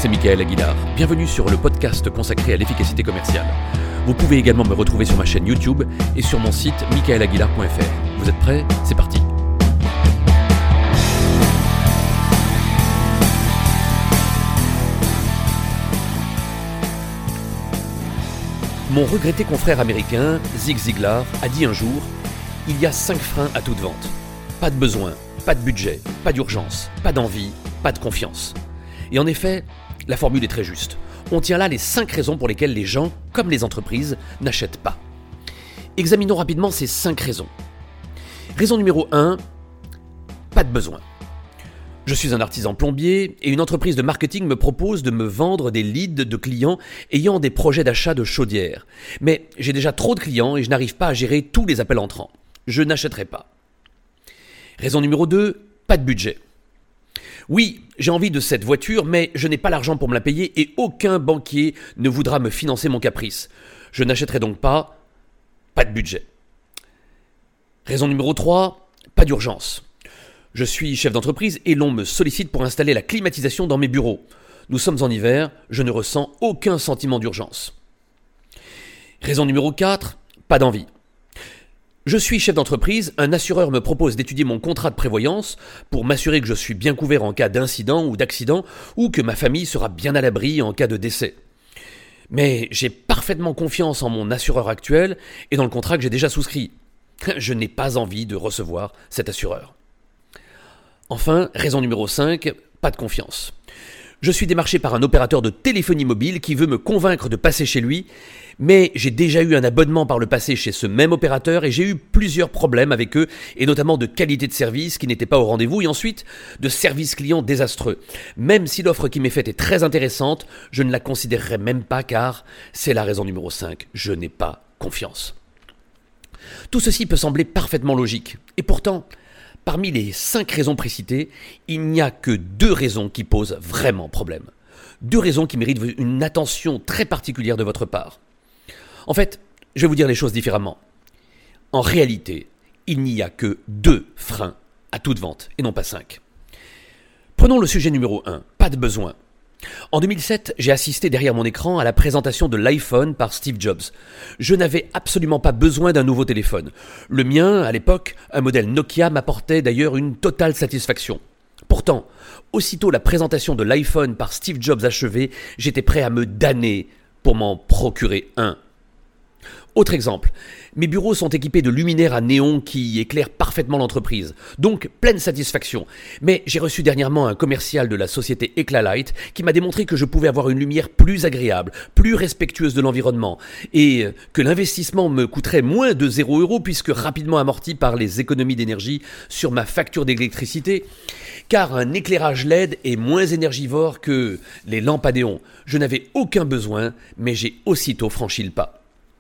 c'est Michael Aguilar. Bienvenue sur le podcast consacré à l'efficacité commerciale. Vous pouvez également me retrouver sur ma chaîne YouTube et sur mon site michaelaguilar.fr. Vous êtes prêts ? C'est parti. Mon regretté confrère américain, Zig Ziglar, a dit un jour « Il y a 5 freins à toute vente. Pas de besoin, pas de budget, pas d'urgence, pas d'envie, pas de confiance. » Et en effet, la formule est très juste. On tient là les 5 raisons pour lesquelles les gens, comme les entreprises, n'achètent pas. Examinons rapidement ces 5 raisons. Raison numéro 1, pas de besoin. Je suis un artisan plombier et une entreprise de marketing me propose de me vendre des leads de clients ayant des projets d'achat de chaudières. Mais j'ai déjà trop de clients et je n'arrive pas à gérer tous les appels entrants. Je n'achèterai pas. Raison numéro 2, pas de budget. Oui, j'ai envie de cette voiture, mais je n'ai pas l'argent pour me la payer et aucun banquier ne voudra me financer mon caprice. Je n'achèterai donc pas de budget. Raison numéro 3, pas d'urgence. Je suis chef d'entreprise et l'on me sollicite pour installer la climatisation dans mes bureaux. Nous sommes en hiver, je ne ressens aucun sentiment d'urgence. Raison numéro 4, pas d'envie. Je suis chef d'entreprise, un assureur me propose d'étudier mon contrat de prévoyance pour m'assurer que je suis bien couvert en cas d'incident ou d'accident ou que ma famille sera bien à l'abri en cas de décès. Mais j'ai parfaitement confiance en mon assureur actuel et dans le contrat que j'ai déjà souscrit. Je n'ai pas envie de recevoir cet assureur. Enfin, raison numéro 5, pas de confiance. Je suis démarché par un opérateur de téléphonie mobile qui veut me convaincre de passer chez lui, mais j'ai déjà eu un abonnement par le passé chez ce même opérateur et j'ai eu plusieurs problèmes avec eux, et notamment de qualité de service qui n'était pas au rendez-vous, et ensuite de service client désastreux. Même si l'offre qui m'est faite est très intéressante, je ne la considérerai même pas car c'est la raison numéro 5, je n'ai pas confiance. Tout ceci peut sembler parfaitement logique, et pourtant, parmi les 5 raisons précitées, il n'y a que 2 raisons qui posent vraiment problème. 2 raisons qui méritent une attention très particulière de votre part. En fait, je vais vous dire les choses différemment. En réalité, il n'y a que 2 freins à toute vente, et non pas 5. Prenons le sujet numéro 1, pas de besoin. En 2007, j'ai assisté derrière mon écran à la présentation de l'iPhone par Steve Jobs. Je n'avais absolument pas besoin d'un nouveau téléphone. Le mien, à l'époque, un modèle Nokia, m'apportait d'ailleurs une totale satisfaction. Pourtant, aussitôt la présentation de l'iPhone par Steve Jobs achevée, j'étais prêt à me damner pour m'en procurer un. Autre exemple, mes bureaux sont équipés de luminaires à néon qui éclairent parfaitement l'entreprise, donc pleine satisfaction. Mais j'ai reçu dernièrement un commercial de la société Eclalight qui m'a démontré que je pouvais avoir une lumière plus agréable, plus respectueuse de l'environnement, et que l'investissement me coûterait moins de 0 € puisque rapidement amorti par les économies d'énergie sur ma facture d'électricité, car un éclairage LED est moins énergivore que les lampes à néon. Je n'avais aucun besoin, mais j'ai aussitôt franchi le pas.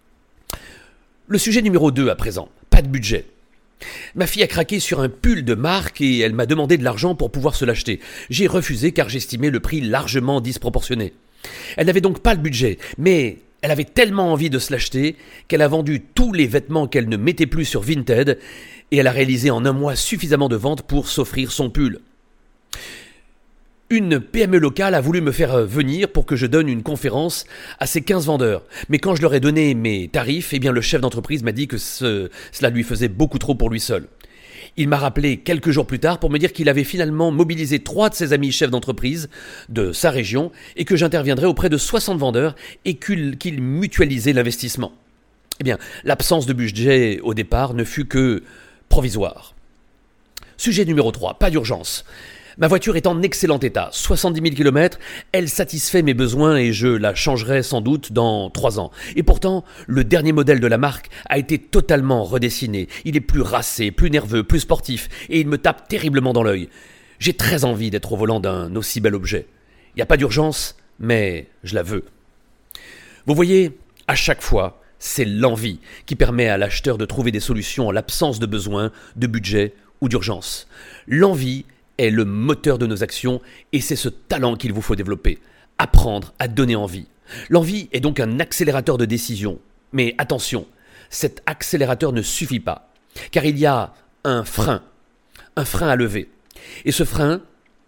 Le sujet numéro 2 à présent, pas de budget. Ma fille a craqué sur un pull de marque et elle m'a demandé de l'argent pour pouvoir se l'acheter. J'ai refusé car j'estimais le prix largement disproportionné. Elle n'avait donc pas le budget, mais elle avait tellement envie de se l'acheter qu'elle a vendu tous les vêtements qu'elle ne mettait plus sur Vinted et elle a réalisé en un mois suffisamment de ventes pour s'offrir son pull. Une PME locale a voulu me faire venir pour que je donne une conférence à ses 15 vendeurs. Mais quand je leur ai donné mes tarifs, le chef d'entreprise m'a dit que cela lui faisait beaucoup trop pour lui seul. Il m'a rappelé quelques jours plus tard pour me dire qu'il avait finalement mobilisé 3 de ses amis chefs d'entreprise de sa région et que j'interviendrais auprès de 60 vendeurs et qu'ils mutualisaient l'investissement. L'absence de budget au départ ne fut que provisoire. Sujet numéro 3, pas d'urgence. Ma voiture est en excellent état, 70 000 km, elle satisfait mes besoins et je la changerai sans doute dans 3 ans. Et pourtant, le dernier modèle de la marque a été totalement redessiné. Il est plus racé, plus nerveux, plus sportif et il me tape terriblement dans l'œil. J'ai très envie d'être au volant d'un aussi bel objet. Il n'y a pas d'urgence, mais je la veux. Vous voyez, à chaque fois, c'est l'envie qui permet à l'acheteur de trouver des solutions en l'absence de besoin, de budget ou d'urgence. L'envie est le moteur de nos actions et c'est ce talent qu'il vous faut développer. Apprendre à donner envie. L'envie est donc un accélérateur de décision. Mais attention, cet accélérateur ne suffit pas, car il y a un frein à lever. Et ce frein,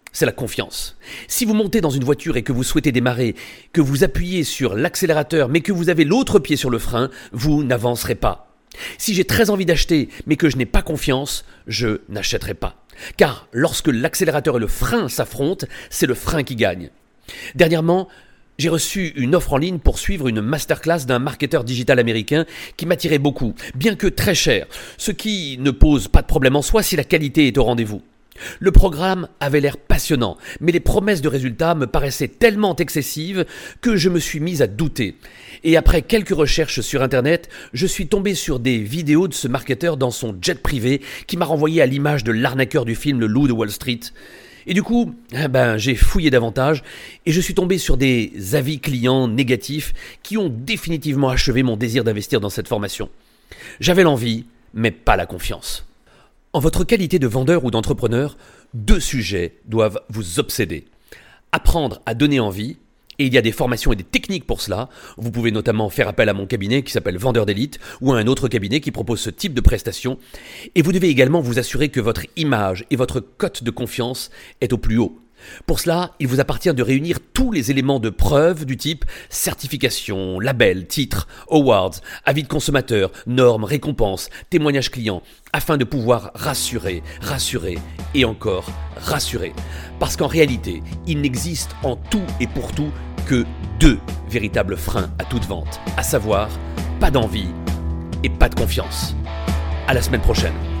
c'est la confiance. Si vous montez dans une voiture et que vous souhaitez démarrer, que vous appuyez sur l'accélérateur mais que vous avez l'autre pied sur le frein, vous n'avancerez pas. Si j'ai très envie d'acheter mais que je n'ai pas confiance, je n'achèterai pas. Car lorsque l'accélérateur et le frein s'affrontent, c'est le frein qui gagne. Dernièrement, j'ai reçu une offre en ligne pour suivre une masterclass d'un marketeur digital américain qui m'attirait beaucoup, bien que très cher, ce qui ne pose pas de problème en soi si la qualité est au rendez-vous. Le programme avait l'air passionnant, mais les promesses de résultats me paraissaient tellement excessives que je me suis mis à douter. Et après quelques recherches sur Internet, je suis tombé sur des vidéos de ce marketeur dans son jet privé qui m'a renvoyé à l'image de l'arnaqueur du film Le Loup de Wall Street. Et du coup, j'ai fouillé davantage et je suis tombé sur des avis clients négatifs qui ont définitivement achevé mon désir d'investir dans cette formation. J'avais l'envie, mais pas la confiance. En votre qualité de vendeur ou d'entrepreneur, 2 sujets doivent vous obséder. Apprendre à donner envie, et il y a des formations et des techniques pour cela. Vous pouvez notamment faire appel à mon cabinet qui s'appelle Vendeur d'élite ou à un autre cabinet qui propose ce type de prestations. Et vous devez également vous assurer que votre image et votre cote de confiance est au plus haut. Pour cela, il vous appartient de réunir tous les éléments de preuve du type certification, label, titre, awards, avis de consommateur, normes, récompenses, témoignages clients, afin de pouvoir rassurer et encore rassurer. Parce qu'en réalité, il n'existe en tout et pour tout que 2 véritables freins à toute vente, à savoir pas d'envie et pas de confiance. À la semaine prochaine.